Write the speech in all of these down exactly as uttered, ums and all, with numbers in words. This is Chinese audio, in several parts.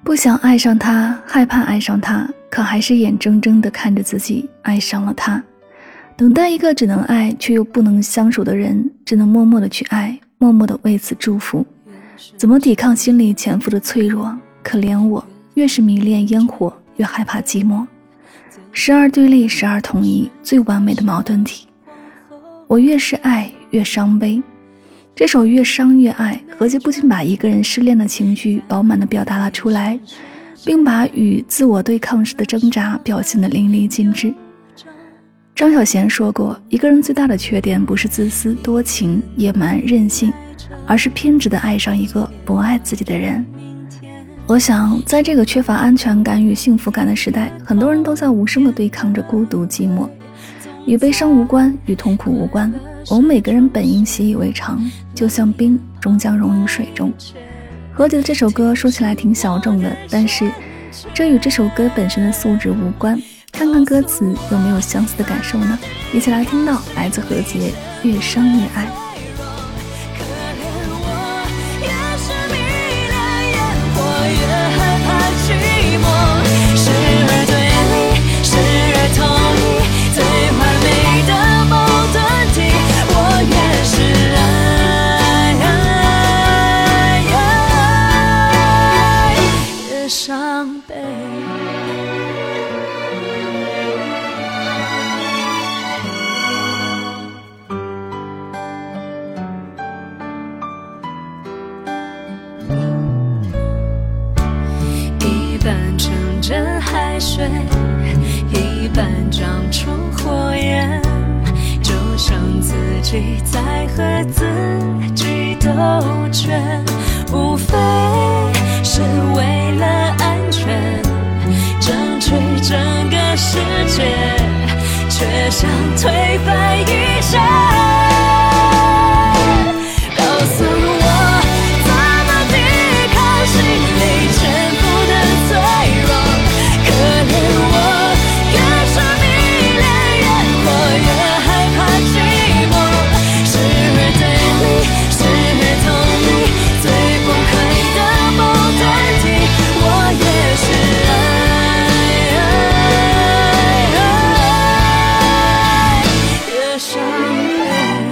不想爱上他，害怕爱上他，可还是眼睁睁地看着自己爱上了他。等待一个只能爱却又不能相守的人，只能默默地去爱，默默地为此祝福。怎么抵抗心里潜伏的脆弱？可怜我，越是迷恋烟火，越害怕寂寞。时而对立，时而统一，最完美的矛盾体。我越是爱，越伤悲。这首越伤越爱，何洁不仅把一个人失恋的情绪饱满地表达了出来，并把与自我对抗时的挣扎表现得淋漓尽致。张小娴说过，一个人最大的缺点不是自私、多情、野蛮、任性，而是偏执地爱上一个不爱自己的人。我想，在这个缺乏安全感与幸福感的时代，很多人都在无声地对抗着孤独寂寞。与悲伤无关，与痛苦无关，我们每个人本应习以为常，就像冰终将溶于水中。何洁的这首歌说起来挺小众的，但是这与这首歌本身的素质无关。看看歌词有没有相似的感受呢？一起来听到来自何洁《越伤越爱》。 一半成真海水，一半长出火焰，就像自己在和自己斗拳，无非是为了安全，争取整个世界，却想推翻一切。告诉我怎么抵抗心里潜伏的脆弱，可怜我越是迷恋烟火，越害怕寂寞，时而对立，时而同意，最崩溃的矛盾体，我也是爱，越伤悲。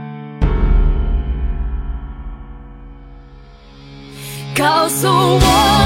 告诉我